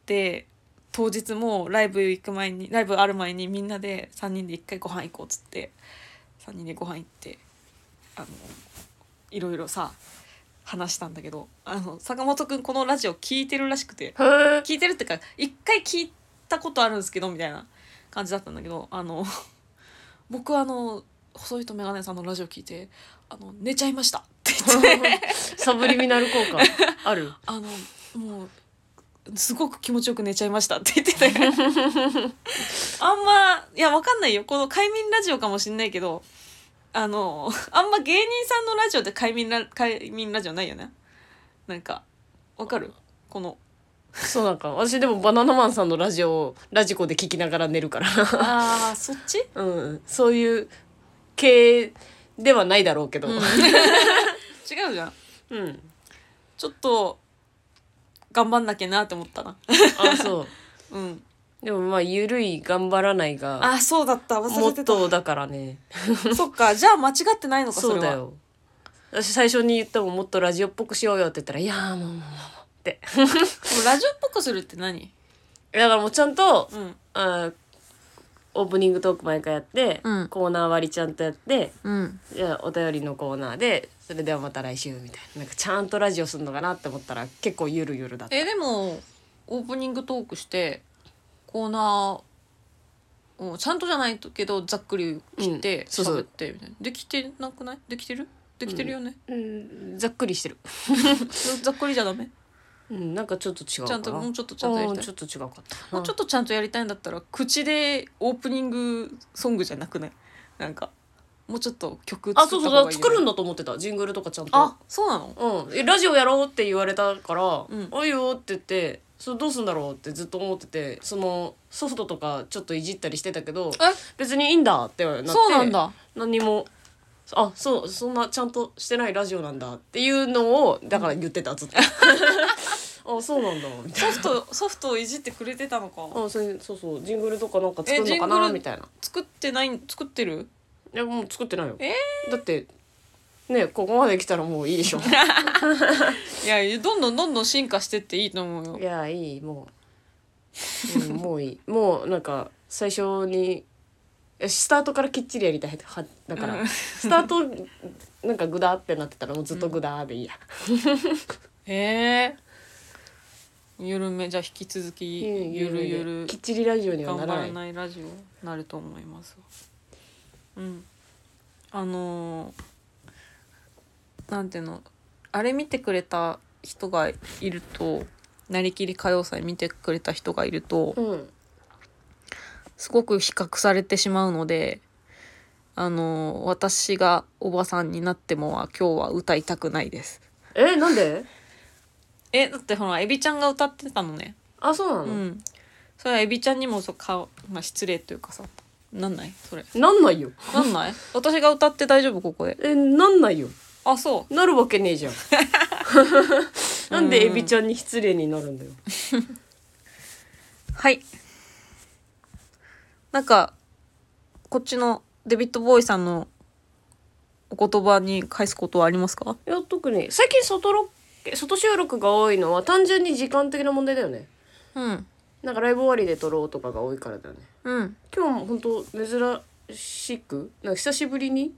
B: 当日もライブある前にみんなで3人で一回ご飯行こうっつって3人でご飯行って、いろいろさ話したんだけど、坂本くんこのラジオ聞いてるらしくて、聞いてるってか一回聞いたことあるんですけどみたいな感じだったんだけど、僕細いとメガネさんのラジオ聞いて寝ちゃいましたって言って
A: サブリミナル効果ある
B: もうすごく気持ちよく寝ちゃいましたって言っててあんまいやわかんないよ、この快眠ラジオかもしんないけど、あんま芸人さんのラジオで快眠ラジオないよね。なんかわかる？この
A: そうなんか私でもバナナマンさんのラジコで聞きながら寝るから
B: あーそっち？
A: そういう系ではないだろうけど、
B: 違うじゃん。ちょっと頑張んなきゃなって思ったな
A: あそうでもまあゆるい頑張らないが
B: そうだった忘れてた
A: モットーだからね
B: そっか、じゃあ間違ってないのか。
A: そうだよ。私最初に言ったもん、もっとラジオっぽくしようよって言ったら、いやーもうって
B: もうラジオっぽくするって何？
A: だからもうちゃんと、オープニングトーク毎回やって、コーナー割りちゃんとやって、じゃあお便りのコーナーでそれではまた来週みたいな、なんかちゃんとラジオするのかなって思ったら結構ゆるゆるだった。
B: でもオープニングトークしてコーナーちゃんとじゃないけどざっくり切って喋ってみたいな。できてなくない？できてるよね。
A: ざっくりしてる
B: ざっくりじゃダメ？
A: なんかちょっと違うかな。
B: もうちょっとちゃんとやりたい。
A: ちょっと違うかった
B: もうちょっとちゃんとやりたいんだったら口でオープニングソングじゃなくない？なんかもうちょっと曲作った方がいいよね。
A: そう作るんだと思ってた。ジングルとかちゃんと。
B: そうなの？
A: ラジオやろうって言われたから、いいよって言って、それどうすんだろうってずっと思ってて、そのソフトとかちょっといじったりしてたけど、別にいいんだってなって、
B: そうなんだ。
A: 何もそんなちゃんとしてないラジオなんだっていうのをだから言ってたずっとそうなんだみたいな。
B: ソフトをいじってくれてたのか。
A: そうジングルとかなんか作るのかなみたいな。
B: 作ってる？
A: いやもう作ってないよ。だってねここまで来たらもういいでしょ
B: いやどんどん進化してっていいと思うよ。
A: いやいいもう、もういいもうなんか最初にスタートからきっちりやりたいだから、スタートなんかグダーってなってたらもうずっとグダーでいいや、
B: 緩めじゃあ引き続きゆる
A: きっちりラジオにはならない。
B: 頑張らないラジオになると思います。なんていうの、あれ見てくれた人がいると、なりきり歌謡祭見てくれた人がいると、すごく比較されてしまうので、私がおばさんになってもは今日は歌いたくないです。
A: なんで？
B: だってほらエビちゃんが歌ってたのね。
A: あ、そうなの、
B: それはエビちゃんにもまあ、失礼というかさ、なんないそれ。
A: なんないよ。
B: なんない私が歌って大丈夫ここで。
A: なんないよ。
B: あ、そう。
A: なるわけねえじゃん。なんでエビちゃんに失礼になるんだよ。
B: はい。なんかこっちのデビッド・ボーイさんのお言葉に返すことはありますか？
A: いや、特に最近外収録が多いのは単純に時間的な問題だよね。なんかライブ終わりで撮ろうとかが多いからだよね。今日も本当珍しくなんか久しぶりに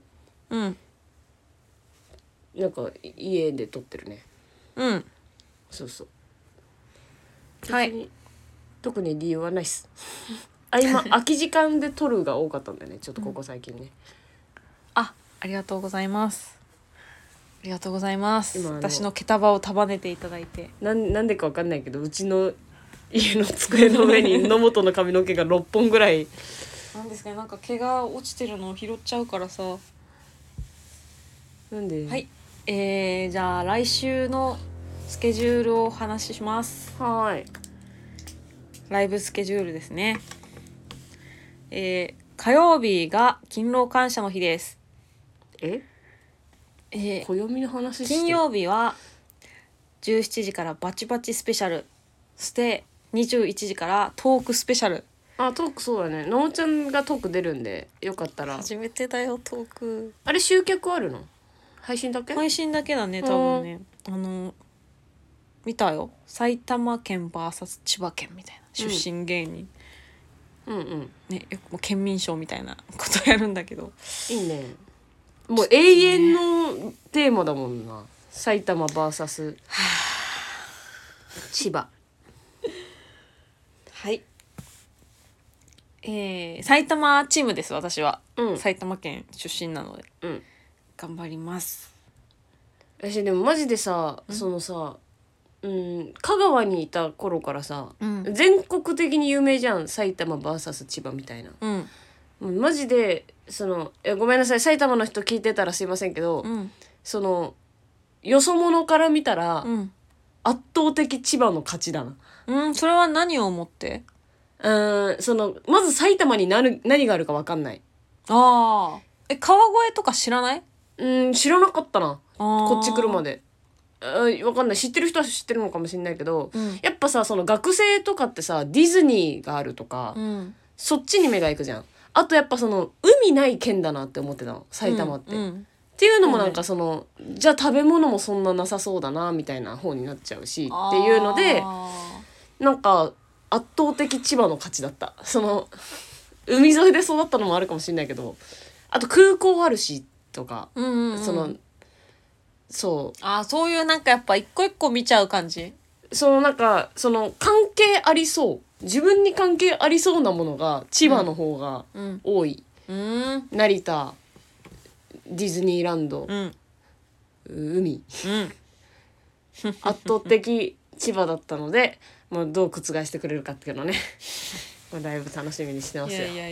A: なんか家で撮ってるね。そうそう。
B: はい。
A: 特に理由はないっす。今空き時間で撮るが多かったんだよね、ちょっとここ最近ね。
B: ありがとうございます。ありがとうございます。私の毛束を束ねていただいて。
A: なんでかわかんないけど、うちの家の机の上に野本の髪の毛が6本ぐらい。
B: なんですかね、なんか毛が落ちてるのを拾っちゃうからさ。
A: なんで？
B: はい。じゃあ来週のスケジュールをお話しします。
A: はい。
B: ライブスケジュールですね。火曜日が勤労感謝の日です。
A: 暦の話して。
B: 金曜日は17時からバチバチスペシャル、そして21時からトークスペシャル。
A: あ、トークそうだね。のおちゃんがトーク出るんでよかったら。
B: 初めてだよトーク。
A: あれ集客あるの？配信だけ？
B: 配信だけだね多分ね。見たよ。埼玉県 VS 千葉県みたいな出身芸人、ね、よくもう県民賞みたいなことやるんだけど。
A: いいね。もう永遠のテーマだもんな。埼玉 VS 千葉。
B: はい。埼玉チームです私は、埼玉県出身なので、頑張ります。
A: 私でもマジでさ、そのさ、香川にいた頃からさ、全国的に有名じゃん、埼玉 VS 千葉みたいな。マジでごめんなさい埼玉の人聞いてたらすいませんけど、そのよそ者から見たら、圧倒的千葉の勝ちだな。
B: それは何を思って？
A: まず埼玉に何があるか分かんない。
B: 川越とか知らない？
A: 知らなかったな、こっち来るまで。分かんない、知ってる人は知ってるのかもしれないけど、やっぱさその学生とかってさディズニーがあるとか、そっちに目が行くじゃん。あとやっぱ海ない県だなって思ってたの埼玉って、っていうのもなんかじゃあ食べ物もそんななさそうだなみたいな方になっちゃうしっていうので、なんか圧倒的千葉の勝ちだった。海沿いで育ったのもあるかもしれないけど、あと空港あるしとか、
B: そういうなんかやっぱ一個一個見ちゃう感じ。
A: なんか関係ありそう、自分に関係ありそうなものが千葉の方が多い。成田、ディズニーランド、海、圧倒的千葉だったので、もうどう覆してくれるかっていうのねだいぶ楽しみにしてますよ。
B: いや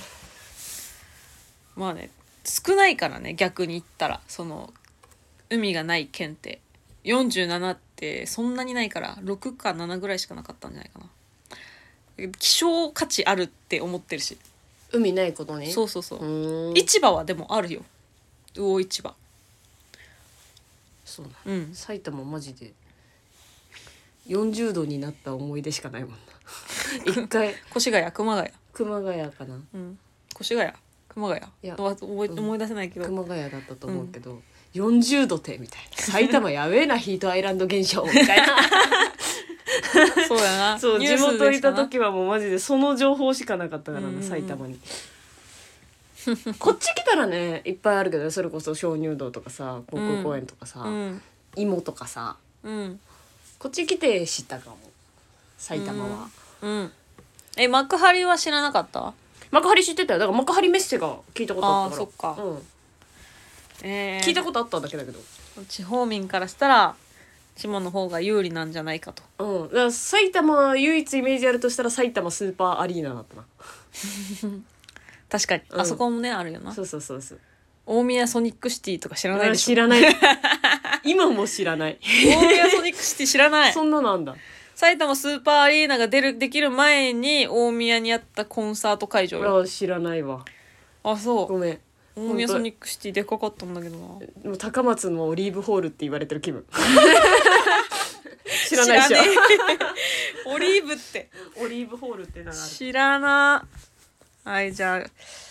B: まあね、少ないからね逆に言ったら海がない県って47ってそんなにないから、6か7ぐらいしかなかったんじゃないかな。希少価値あるって思ってるし。
A: 海ないことに。
B: そう市場はでもあるよ、魚市場。
A: そうだ、埼玉マジで40度になった思い出しかないもんな一回
B: 越谷熊谷
A: かな、
B: 越谷熊谷、
A: いや
B: 思い出せないけど
A: 熊谷だったと思うけど、40度てみたいな、埼玉やべえなヒートアイランド現象みたいな
B: そうだな。
A: そう地元いた時はもうマジでその情報しかなかったからな、埼玉にこっち来たらねいっぱいあるけど、それこそ鍾乳洞とかさ、航空公園とかさ、芋とかさ、こっち来て知ったかも埼玉は。
B: 幕張は知らなかった？
A: 幕張知ってたよ。だから幕張メッセが聞いたことあったから。
B: そっか。
A: 聞いたことあっただけだけど、
B: 地方民からしたら千葉の方が有利なんじゃないかと。
A: だから埼玉唯一イメージあるとしたら埼玉スーパーアリーナだったな
B: 確かに、あそこもねあるよな。
A: そう
B: 大宮ソニックシティとか知らないでしょ。
A: 知らない今も知らない。
B: 大宮ソニックシティ知らない。
A: そんななんだ。
B: 埼玉スーパーアリーナができる前に大宮にあったコンサート会場よ。
A: 知らないわ。
B: あ、そう。
A: ごめん。
B: 大宮ソニックシティでかかったんだけどな。
A: でも高松のオリーブホールって言われてる気分。知らないでしょ。
B: オリーブって。
A: オリーブホールってのがある。
B: 知らな。はい、じゃあ、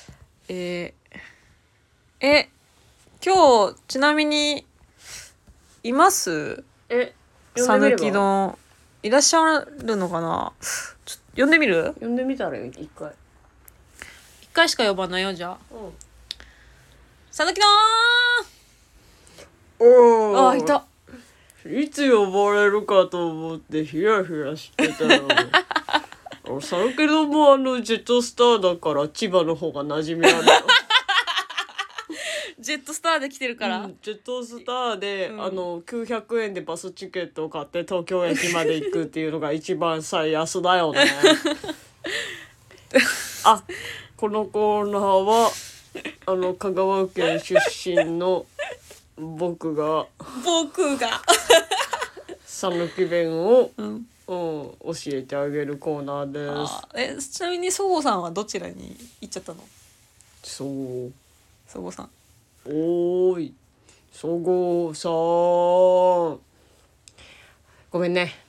B: 今日、ちなみに、います？さぬき丼。いらっしゃるのかな？呼んでみる？
A: 呼んでみたらよ、一回。
B: 一回しか呼ばないよ、じゃあ。さぬき丼
A: ー！
B: あ、いた。
A: いつ呼ばれるかと思ってヒヤヒヤしてたよ。さぬき丼もジェットスターだから千葉の方が馴染みあるよ。
B: ジェットスターで来てるから、
A: ジェットスターで、900円でバスチケットを買って東京駅まで行くっていうのが一番最安だよね。あ、このコーナーは香川県出身の僕が讃岐弁を、教えてあげるコーナーです。
B: ちなみにそごうさんはどちらに行っちゃったの？そごうさん。
A: おーい、そごうさん。ごめんね。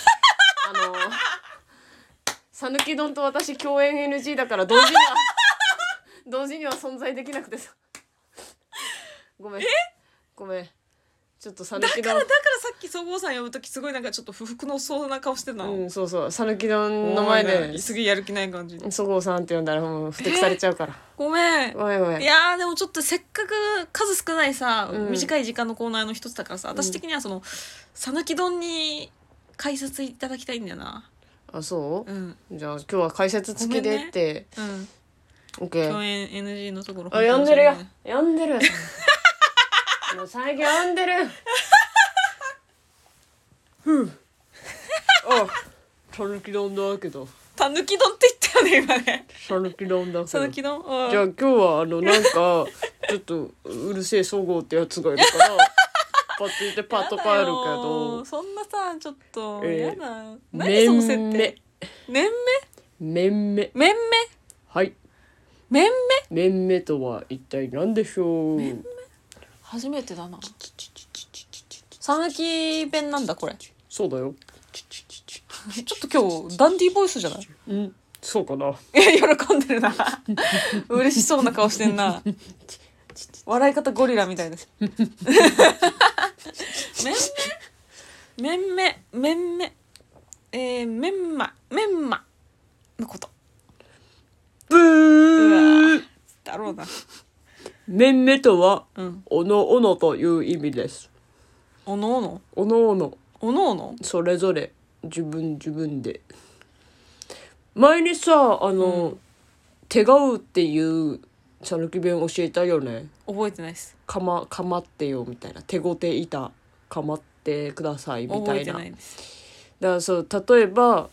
A: 讃岐丼と私共演 NG だから同時には存在できなくてさ。ごめん。ちょっと讃岐丼。
B: だからさっきそごうさん呼ぶときすごいなんかちょっと不服のそうな顔してたの。
A: そうそう。讃岐丼の前です
B: げえやる気ない感じ。
A: そごうさんって呼んだらもうふてくされちゃうから。
B: ごめん。
A: い
B: やーでもちょっとせっかく数少ないさ、短い時間のコーナーの一つだからさ、私的にはその讃岐丼に解説いただきたいんだよな。
A: あ、そう？じゃあ今日は解説付きでって。オッケー。
B: 共演 NG のところ。
A: 呼んでるよ。もう最近呼んでる。たぬき丼だけど。
B: たぬき丼って言ったよね今ね。
A: たぬき丼だけど。
B: たぬき丼。
A: じゃあ今日はなんかちょっとうるせえそごうってやつがいるから。パッと言ってパッと帰るけど。
B: そんなさちょっとやだ。何その設定。
A: めんめ。はい。めんめとは一体何でしょう。
B: 初めてだな。さぬき弁なんだこれ。
A: そうだよ。
B: ちょっと今日ダンディーボイスじゃない？
A: そうかな。
B: 喜んでるな。嬉しそうな顔してんな。笑い方ゴリラみたいです。めんめのこと。
A: ブー
B: だろうな。
A: めんめとは、おのおのという意味です。
B: おのおの？
A: おのおの。
B: おのおの？
A: それぞれ自分で。前にさ手がうっていう讃岐弁教えたよね。
B: 覚えてないです。
A: かまってよみたいな。手ごていたかまってくださいみたいな。
B: 覚えてないです。
A: だからそう例えば、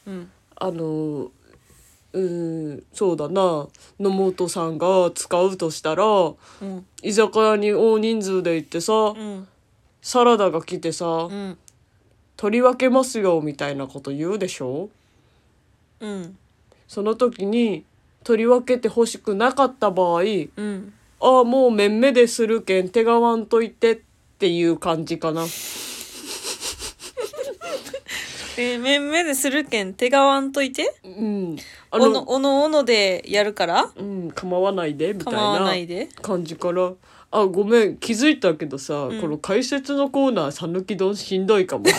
A: そうだな野本さんが使うとしたら、居酒屋に大人数で行ってさ、サラダが来てさ、取り分けますよみたいなこと言うでしょ。その時に取り分けて欲しくなかった場合、ああもうめんめでするけん手がわんといてっていう感じかな。
B: めんめでするけん手がわんといて。おのおのでやるから。
A: 構わないでみたい
B: 構わないで
A: 感じから。あ、ごめん気づいたけどさ、この解説のコーナーさぬき丼しんどいかも。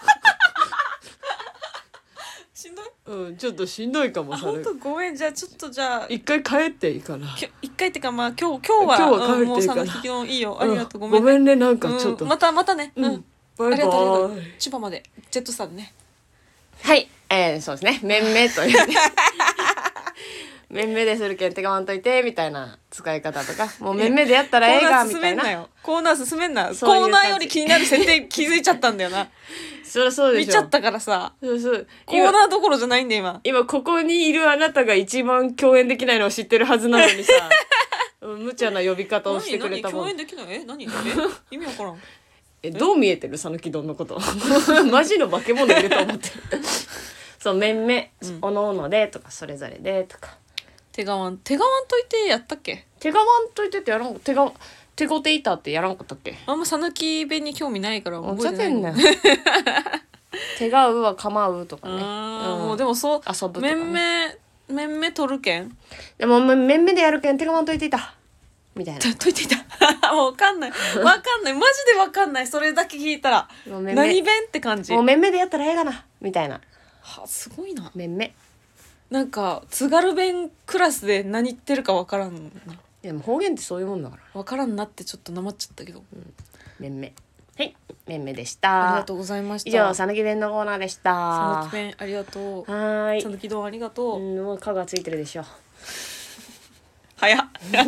B: しんどい？
A: ちょっとしんどいかも。
B: 本当ごめん。じゃあちょっと
A: 一回帰っていいかな。
B: 一回ってかまあ今日は
A: 帰っていいかな。
B: もうさぬき丼いいよ。ありがとう。
A: ごめんねなんかちょっと。
B: またね。
A: バイバイ。
B: ありがとう。千葉までジェットスターでね。
A: はい、そうですね。めんめというね。めんめでするけん手がわんといてみたいな使い方とか、もうめんめでやったらええがみたいな。
B: コーナー進めんな。コーナーより気になる設定気づいちゃったんだよな。
A: そりゃそうでしょ。
B: 見ちゃったからさ。
A: そう。
B: コーナーどころじゃないんだよ
A: 今ここにいるあなたが一番共演できないのを知ってるはずなのにさ、無茶な呼び方をしてくれたもん。
B: 共演できない？何？意味わからん。
A: どう見えてる讃岐丼のことマジの化け物いると思ってるそう面々、おのおのでとかそれぞれでとか
B: 手がわんといてやったっけ。
A: 手がわんといてってやらん手ごていたってやらんかったっけ。
B: あんま讃岐弁に興味ないから覚えてない
A: んねん手がうは構うとかね、
B: もうでもそう
A: 遊ぶとか、ね、
B: 面々取るけん
A: でも面々でやるけん手がわんといていたみたいな
B: といていたもう分かんないマジで分かんない。それだけ聞いたら何弁って感じ。
A: もう面々でやったらええがなみたいな。
B: すごいな。
A: 面々
B: なんか津軽弁クラスで何言ってるか分からんな。
A: でも方言ってそういうもんだから
B: 分からんなってちょっとなまっちゃったけど、
A: 面々はい面々でした。
B: ありがとうございました。
A: 以上讃岐弁のコーナーでした。
B: 讃岐弁ありがとう。
A: はい。
B: 讃岐丼ありがとう。
A: もう「か」がついてるでしょ。
B: 早っ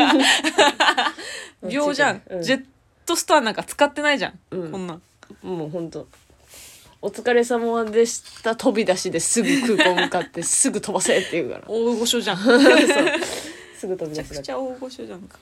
B: 秒じゃん、ジェットスターなんか使ってないじゃん、こんなん
A: もうほんとお疲れ様でした飛び出しですぐ空港向かってすぐ飛ばせって言うから
B: 大御所じゃん
A: そうすぐ飛び出す
B: めちゃくちゃ大御所じゃんか。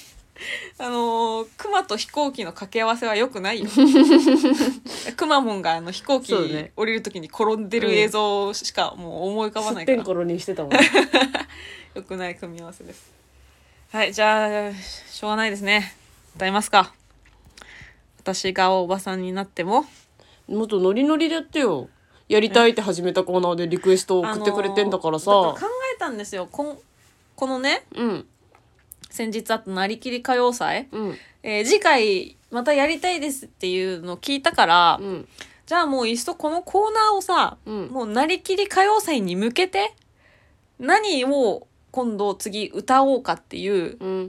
B: 熊と飛行機の掛け合わせは良くないよくまモンが飛行機降りる時に転んでる映像しかもう思い浮かばないから、
A: すってんころにしてたもん
B: 良くない組み合わせです。はい、じゃあしょうがないですね。歌いますか。私がおばさんになっても。
A: もっとノリノリでやってよ。やりたいって始めたコーナーでリクエストを送ってくれてんだからさ、
B: だから考えたんですよ。このね、先日あったなりきり歌謡祭、次回またやりたいですっていうのを聞いたから、じゃあもういっそこのコーナーをさ、もうなりきり歌謡祭に向けて何を今度次歌おうかっていう、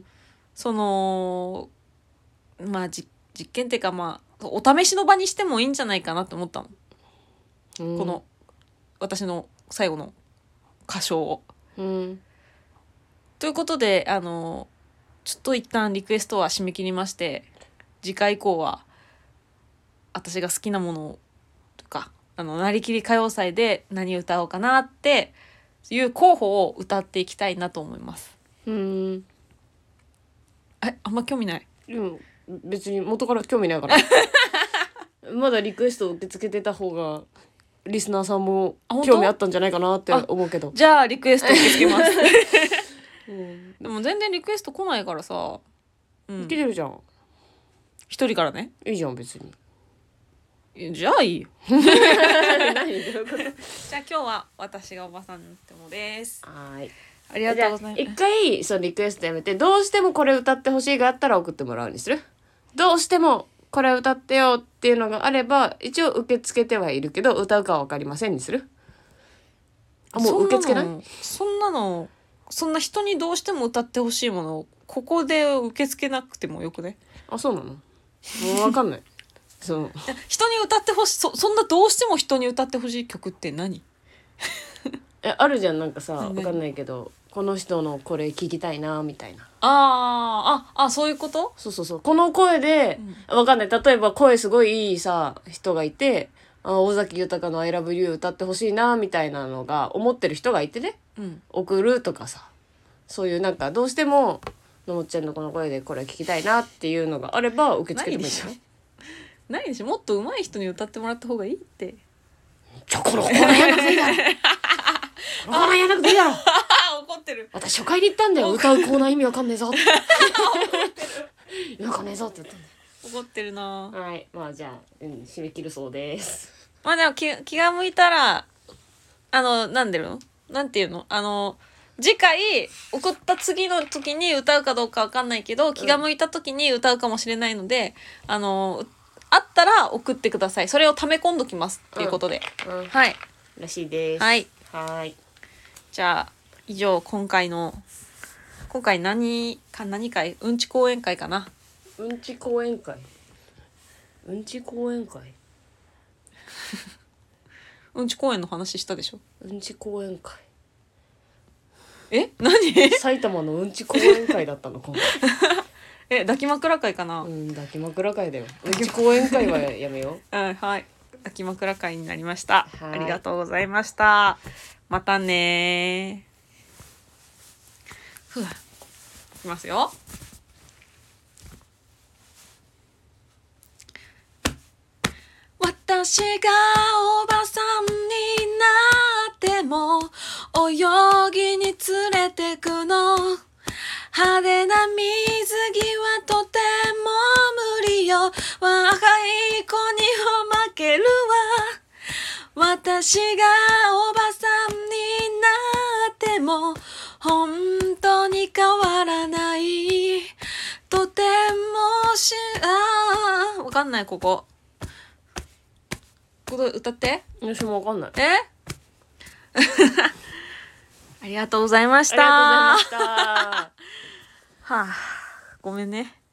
B: そのまあ実験っていうかまあお試しの場にしてもいいんじゃないかなと思ったの、この私の最後の歌唱を、ということでちょっと一旦リクエストは締め切りまして、次回以降は私が好きなものとかなりきり歌謡祭で何歌おうかなっていう候補を歌っていきたいなと思います。あんま興味ない。
A: 別に元から興味ないからまだリクエストを受け付けてた方がリスナーさんも興味あったんじゃないかなって思うけど、
B: じゃあリクエスト受け付けますでも全然リクエスト来ないからさ、
A: 来てるじゃん
B: 一人からね。
A: いいじゃん別に。
B: じゃあいいよ
A: 何どう
B: いうことじゃあ今日は私がおばさんになってもです。
A: はい、
B: ありがとうございます。
A: 一回そのリクエストやめて、どうしてもこれ歌ってほしいがあったら送ってもらうにする。どうしてもこれ歌ってよっていうのがあれば一応受け付けてはいるけど歌うかは分かりませんにする。もう受け付けない？
B: そんな人にどうしても歌ってほしいものをここで受け付けなくてもよくね。
A: そうなの？もう分かんないそう
B: 人に歌ってほしい、そんなどうしても人に歌ってほしい曲って何
A: あるじゃん、なんかさ、分かんないけどこの人のこれ聞きたいなみたいな。
B: そういうこと？
A: そうこの声で、分かんない、例えば声すごいいいさ人がいて、尾崎豊の I love you 歌ってほしいなみたいなのが思ってる人がいてね、送るとかさ、そういうなんかどうしてものもっちゃんのこの声でこれ聞きたいなっていうのがあれば受け付けてもいいじゃん。
B: ないでしょ。もっと上手い人に歌ってもらった方がいいって。
A: このコーナーやんなくていいだろこのコーナーやんなくていいだろ
B: 怒ってる。
A: 私初回に言ったんだよ、歌うコーナー意味わかんねえぞってわかんねえぞって言ったんだよ。
B: 怒ってるな。
A: はい、まあじゃあ、締め切るそうです。
B: まあでも気が向いたらなんていうの次回送った次の時に歌うかどうかわかんないけど、気が向いた時に歌うかもしれないので、あったら送ってください。それを溜め込んどきますっていうことで、はい、
A: らしいです。
B: はい。
A: じ
B: ゃあ以上今回何回うんち講演会かな。
A: うんち講演会うんち講演会
B: うんち公園の話したでしょ。
A: うんち講演会
B: 何
A: 埼玉のうんち講演会だったの今回
B: 抱き枕会かな。
A: 抱き枕会だよ。うんち講演会はやめよう
B: はい、抱き枕会になりました。ありがとうございました。またねいきますよ。 私がおばさんになっても泳ぎに連れてくの。派手な水着はとても無理よ。若い子には負けるわ。私がおばさんになっても本当に変わらない。とてもわかんないここ。ここ歌って。
A: 私もわかんない。
B: ありがとうございました。
A: ありがとうございました。
B: はあ、ごめんね。